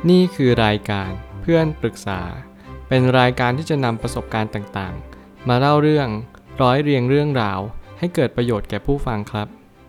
นี่คือรายการเพื่อนปรึกษาเป็นรายการที่จะนำประสบการณ์ต่างๆมาเล่าเรื่องร้อยเรียงเรื่องราวให้เกิดประโยชน์แก่ผู้ฟังครับ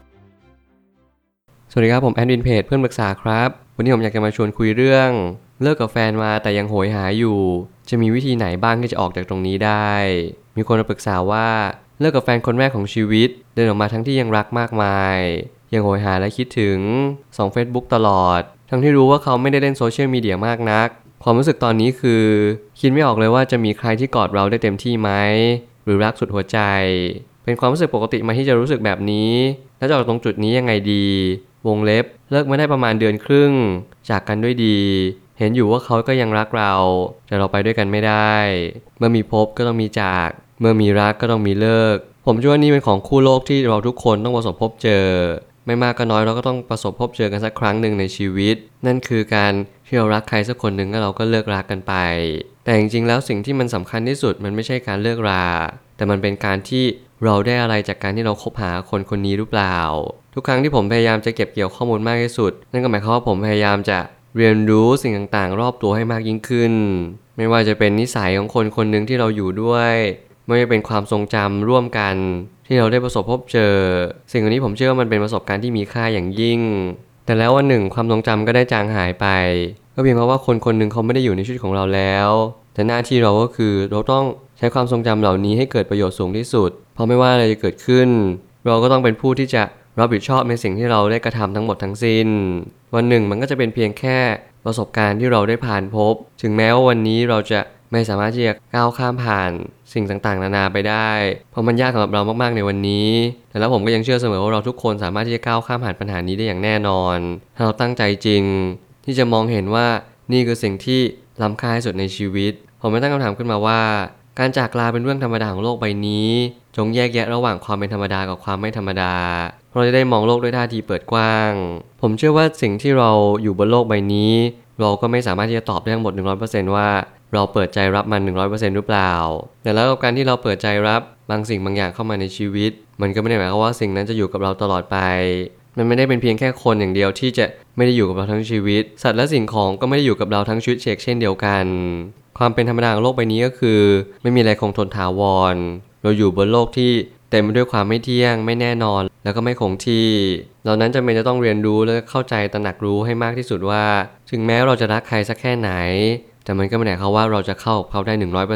สวัสดีครับผมแอดมินเพจเพื่อนปรึกษาครับวันนี้ผมอยากจะมาชวนคุยเรื่องเลิกกับแฟนมาแต่ยังโหยหาอยู่จะมีวิธีไหนบ้างที่จะออกจากตรงนี้ได้มีคนมาปรึกษาว่าเลิกกับแฟนคนแรกของชีวิตเดินออกมาทั้งที่ยังรักมากมายยังโหยหาและคิดถึงส่อง Facebook ตลอดทั้งที่รู้ว่าเขาไม่ได้เล่นโซเชียลมีเดียมากนักความรู้สึกตอนนี้คือคิดไม่ออกเลยว่าจะมีใครที่กอดเราได้เต็มที่ไหมหรือรักสุดหัวใจเป็นความรู้สึกปกติมาที่จะรู้สึกแบบนี้แล้วจะออกตรงจุดนี้ยังไงดีวงเล็บเลิกมาได้ประมาณเดือนครึ่งจากกันด้วยดีเห็นอยู่ว่าเขาก็ยังรักเราแต่เราไปด้วยกันไม่ได้เมื่อมีพบก็ต้องมีจากเมื่อมีรักก็ต้องมีเลิกผมเชื่อว่านี่เป็นของคู่โลกที่เราทุกคนต้องประสบพบเจอไม่มากก็น้อยเราก็ต้องประสบพบเจอกันสักครั้งหนึ่งในชีวิตนั่นคือการที่เรารักใครสักคนหนึ่งแล้วเราก็เลิกรักกันไปแต่จริงๆแล้วสิ่งที่มันสำคัญที่สุดมันไม่ใช่การเลิกราแต่มันเป็นการที่เราได้อะไรจากการที่เราคบหาคนคนนี้หรือเปล่าทุกครั้งที่ผมพยายามจะเก็บเกี่ยวข้อมูลมากที่สุดนั่นก็หมายความว่าผมพยายามจะเรียนรู้สิ่งต่างๆรอบตัวให้มากยิ่งขึ้นไม่ว่าจะเป็นนิสัยของคนคนหนึ่งที่เราอยู่ด้วยไม่ว่าจะเป็นความทรงจำร่วมกันที่เราได้ประสบพบเจอสิ่งเหล่านี้ผมเชื่อว่ามันเป็นประสบการณ์ที่มีค่าอย่างยิ่งแต่แล้ววันหนึ่งความทรงจำก็ได้จางหายไปก็เพียงเพราะว่าคนคนหนึ่งเขาไม่ได้อยู่ในชีวิตของเราแล้วแต่หน้าที่เราก็คือเราต้องใช้ความทรงจำเหล่านี้ให้เกิดประโยชน์สูงที่สุดเพราะไม่ว่าอะไรจะเกิดขึ้นเราก็ต้องเป็นผู้ที่จะรับผิดชอบในสิ่งที่เราได้กระทำทั้งหมดทั้งสิ้นวันหนึ่งมันก็จะเป็นเพียงแค่ประสบการณ์ที่เราได้ผ่านพบถึงแม้ว่าวันนี้เราจะไม่สามารถที่จะก้าวข้ามผ่านสิ่งต่างๆนานาไปได้เพราะมันยากสำหรับเรามากๆในวันนี้แต่แล้วผมก็ยังเชื่อเสมอว่าเราทุกคนสามารถที่จะก้าวข้ามผ่านปัญหานี้ได้อย่างแน่นอนถ้าเราตั้งใจจริงที่จะมองเห็นว่านี่คือสิ่งที่ล้ำค่าที่สุดในชีวิตผมไม่ตั้งคำถามขึ้นมาว่าการจากลาเป็นเรื่องธรรมดาของโลกใบนี้จงแยกแยะระหว่างความเป็นธรรมดากับความไม่ธรรมดาเราจะได้มองโลกด้วยท่าทีเปิดกว้างผมเชื่อว่าสิ่งที่เราอยู่บนโลกใบนี้เราก็ไม่สามารถที่จะตอบได้ทั้งหมด 100% ว่าเราเปิดใจรับมัน 100% หรือเปล่าแต่แล้วกับการที่เราเปิดใจรับบางสิ่งบางอย่างเข้ามาในชีวิตมันก็ไม่ได้หมายความว่าสิ่งนั้นจะอยู่กับเราตลอดไปมันไม่ได้เป็นเพียงแค่คนอย่างเดียวที่จะไม่ได้อยู่กับเราทั้งชีวิตสัตว์และสิ่งของก็ไม่ได้อยู่กับเราทั้งชีวิตเช่นเดียวกันความเป็นธรรมดาของโลกใบนี้ก็คือไม่มีอะไรคงทนถาวรเราอยู่บนโลกที่เต็มไปด้วยความไม่เที่ยงไม่แน่นอนแล้วก็ไม่คงที่เรานั้นจำเป็นจะต้องเรียนรู้และเข้าใจตระหนักรู้ให้มากที่สุดว่าถึงแม้เราจะรักใครสักแค่ไหนแต่มันก็ไม่ได้หมายความว่าเราจะเข้ากับเขาได้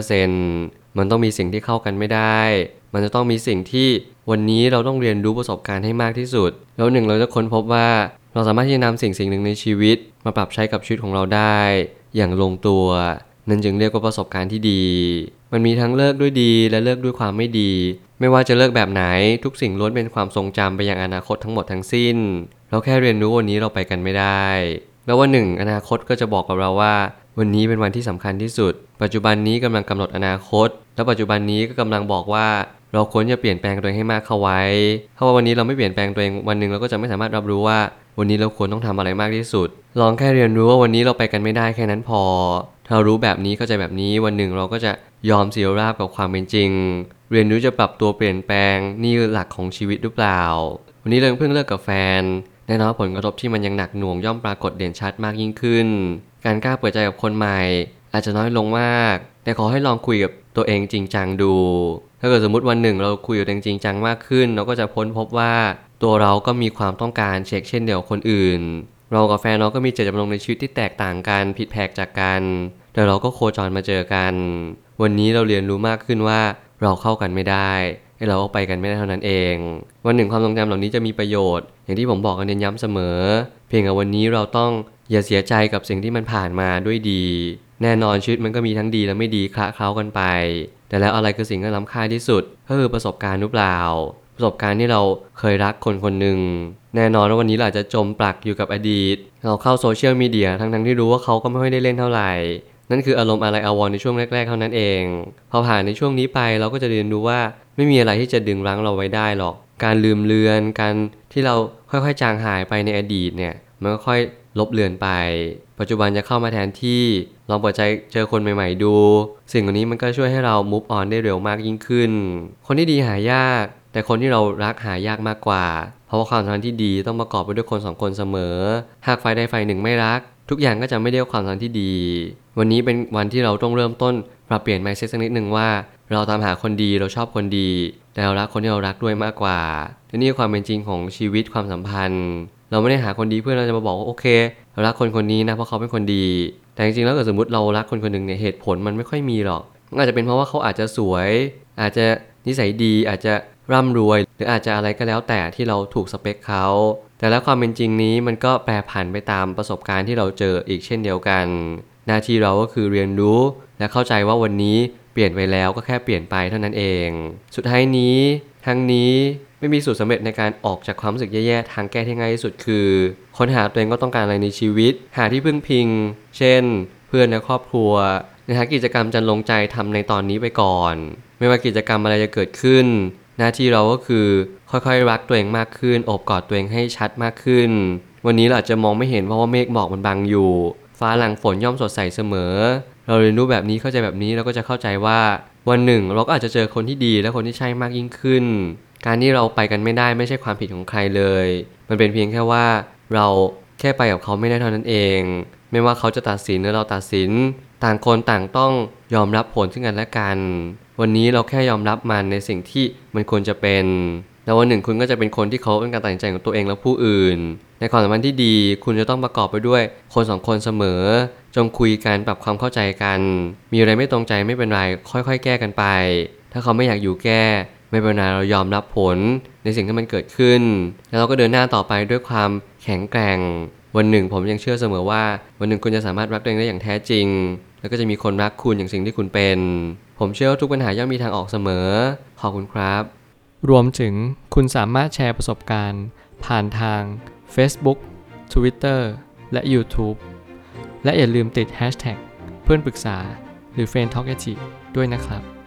100% มันต้องมีสิ่งที่เข้ากันไม่ได้มันจะต้องมีสิ่งที่วันนี้เราต้องเรียนรู้ประสบการณ์ให้มากที่สุดแล้วหนึ่งเราจะค้นพบว่าเราสามารถที่จะนำสิ่งหนึ่งในชีวิตมาปรับใช้กับชีวิตของเราได้อย่างลงตัวนั่นจึงเรียกว่าประสบการณ์ที่ดีมันมีทั้งเลิกด้วยดีและเลิกด้วยความไม่ดีไม่ว่าจะเลิกแบบไหนทุกสิ่งล้วนเป็นความทรงจำไปยังอนาคตทั้งหมดทั้งสิ้นเราแค่เรียนรู้วันนี้เราไปกันไม่ได้แล้ววันหนึ่งอนาคตก็จะบอกกับเราว่าวันนี้เป็นวันที่สำคัญที่สุดปัจจุบันนี้กำลังกำหนดอนาคตและปัจจุบันนี้ก็กำลังบอกว่าเราควรจะเปลี่ยนแปลงตัวเองให้มากเข้าไว้ถ้าว่าวันนี้เราไม่เปลี่ยนแปลงตัวเองวันหนึ่งเราก็จะไม่สามารถรับรู้ว่าวันนี้เราควรต้องทำอะไรมากที่สุดลองแค่เรียนรู้ว่าวันนี้เราไปกันไม่ได้แค่นั้นพอถ้าเรารู้แบบนี้เข้าใจแบบนี้วันหนึ่งเราก็จะยอมเสียราบกับความเป็นจริงเรียนรู้จะปรับตัวเปลี่ยนแปลงนี่คือหลักของชีวิตหรือเปล่าวันนี้เราเพิ่งเลิกกับแฟนแน่นอนผลกระทบที่มันยังหนักหน่วงย่อมปรากฏเด่นชัดมากยิ่งขึ้นการกล้าเปิดใจกับคนใหม่อาจจะน้อยลงมากแต่ขอให้ลองคุยกับตัวเองจริงจังดูถ้าเกิดสมมติวันหนึ่งเราคุยกับตัวเองจริงจังมากขึ้นเราก็จะค้นพบว่าตัวเราก็มีความต้องการเช่นเดียวกับคนอื่นเรากับแฟนเราก็มีเจตจำนงในชีวิตที่แตกต่างกันผิดแผกจากกันแต่เราก็โคจรมาเจอกันวันนี้เราเรียนรู้มากขึ้นว่าเราเข้ากันไม่ได้ให้เราไปกันไม่ได้เท่านั้นเองวันหนึ่งความทรงจำเหล่านี้จะมีประโยชน์อย่างที่ผมบอกกันเน้นย้ำเสมอเพียงแต่วันนี้เราต้องอย่าเสียใจกับสิ่งที่มันผ่านมาด้วยดีแน่นอนชีวิตมันก็มีทั้งดีและไม่ดีคละเคล้ากันไปแต่แล้วอะไรคือสิ่งที่ล้ำค่าที่สุดก็คือประสบการณ์หรือเปล่าประสบการณ์ที่เราเคยรักคนคนหนึ่งแน่นอนว่าวันนี้เราอาจจะจมปลักอยู่กับอดีตเราเข้าโซเชียลมีเดียทั้งที่รู้ว่าเขาก็ไม่ค่อยได้เล่นเท่าไหร่นั่นคืออารมณ์อะไรอาวรณ์ในช่วงแรกๆเท่านั้นเองพอผ่านในช่วงนี้ไปเราก็จะเรียนรู้ว่าไม่มีอะไรที่จะดึงรั้งเราไว้ได้หรอกการลืมเลือนการที่เราค่อยๆจางหายไปในอดีตเนี่ยมันก็ค่อยลบเลือนไปปัจจุบันจะเข้ามาแทนที่ลองเปิดใจเจอคนใหม่ๆดูสิ่งเหล่านี้มันก็ช่วยให้เรา move on ได้เร็วมากยิ่งขึ้นคนที่ดีหายากแต่คนที่เรารักหายากมากกว่าเพราะว่าความสัมพันธ์ที่ดีต้องประกอบไปด้วยคนสองคนเสมอหากฝ่ายใดฝ่ายหนึ่งไม่รักทุกอย่างก็จะไม่ได้ความสัมพันธ์ที่ดีวันนี้เป็นวันที่เราต้องเริ่มต้นปรับเปลี่ยน mindset สักนิดนึงว่าเราตามหาคนดีเราชอบคนดีแต่เรารักคนที่เรารักด้วยมากกว่าและนี่คือความเป็นจริงของชีวิตความสัมพันธ์เราไม่ได้หาคนดีเพื่อเราจะมาบอกว่าโอเคเรารักคนคนนี้นะเพราะเขาเป็นคนดีแต่จริงๆแล้วเกิดสมมติเรารักคนคนหนึ่งเนี่ยเหตุผลมันไม่ค่อยมีหรอกมันอาจจะเป็นเพราะว่าเขาอาจจะสวยอาจจะนิสัยดีอาจจะร่ำรวยหรืออาจจะอะไรก็แล้วแต่ที่เราถูกสเปคเขาแต่แล้วความเป็นจริงนี้มันก็แปรผันไปตามประสบการณ์ที่เราเจออีกเช่นเดียวกันหน้าที่เราก็คือเรียนรู้และเข้าใจว่าวันนี้เปลี่ยนไปแล้วก็แค่เปลี่ยนไปเท่านั้นเองสุดท้ายนี้ทั้งนี้ไม่มีสูตรสำเร็จในการออกจากความรู้สึกแย่ๆทางแก้ที่ง่ายที่สุดคือค้นหาตัวเองก็ต้องการอะไรในชีวิตหาที่พึ่งพิงเช่นเพื่อนและครอบครัวหากิจกรรมจะลงใจทำในตอนนี้ไปก่อนไม่ว่ากิจกรรมอะไรจะเกิดขึ้นหน้าที่เราก็คือค่อยๆรักตัวเองมากขึ้นโอบกอดตัวเองให้ชัดมากขึ้นวันนี้เราอาจจะมองไม่เห็นเพราะว่าเมฆหมอกมันบังอยู่ฟ้าหลังฝนย่อมสดใสเสมอเราเรียนรู้แบบนี้เข้าใจแบบนี้เราก็จะเข้าใจว่าวันหนึ่งเราก็อาจจะเจอคนที่ดีและคนที่ใช่มากยิ่งขึ้นการที่เราไปกันไม่ได้ไม่ใช่ความผิดของใครเลยมันเป็นเพียงแค่ว่าเราแค่ไปกับเขาไม่ได้เท่านั้นเองไม่ว่าเขาจะตัดสินหรือเราตัดสินต่างคนต่างต้องยอมรับผลซึ่งกันและกันวันนี้เราแค่ยอมรับมันในสิ่งที่มันควรจะเป็นแล้ววันหนึ่งคุณก็จะเป็นคนที่เคารพในการตัดสินใจของตัวเองและผู้อื่นในความสัมพันธ์ที่ดีคุณจะต้องประกอบไปด้วยคนสองคนเสมอจงคุยกันปรับความเข้าใจกันมีอะไรไม่ตรงใจไม่เป็นไรค่อยๆแก้กันไปถ้าเขาไม่อยากอยู่แก้ไม่เป็นไรเรายอมรับผลในสิ่งที่มันเกิดขึ้นแล้วเราก็เดินหน้าต่อไปด้วยความแข็งแกร่งวันหนึ่งผมยังเชื่อเสมอว่าวันหนึ่งคุณจะสามารถรักตัวเองได้อย่างแท้จริงแล้วก็จะมีคนรักคุณอย่างสิ่งที่คุณเป็นผมเชื่อว่าทุกปัญหาย่อมมีทางออกเสมอขอบคุณครับรวมถึงคุณสามารถแชร์ประสบการณ์ผ่านทาง Facebook Twitter และ YouTube และอย่าลืมติด Hashtag เพื่อนปรึกษาหรือ Friend Talk ด้วยนะครับ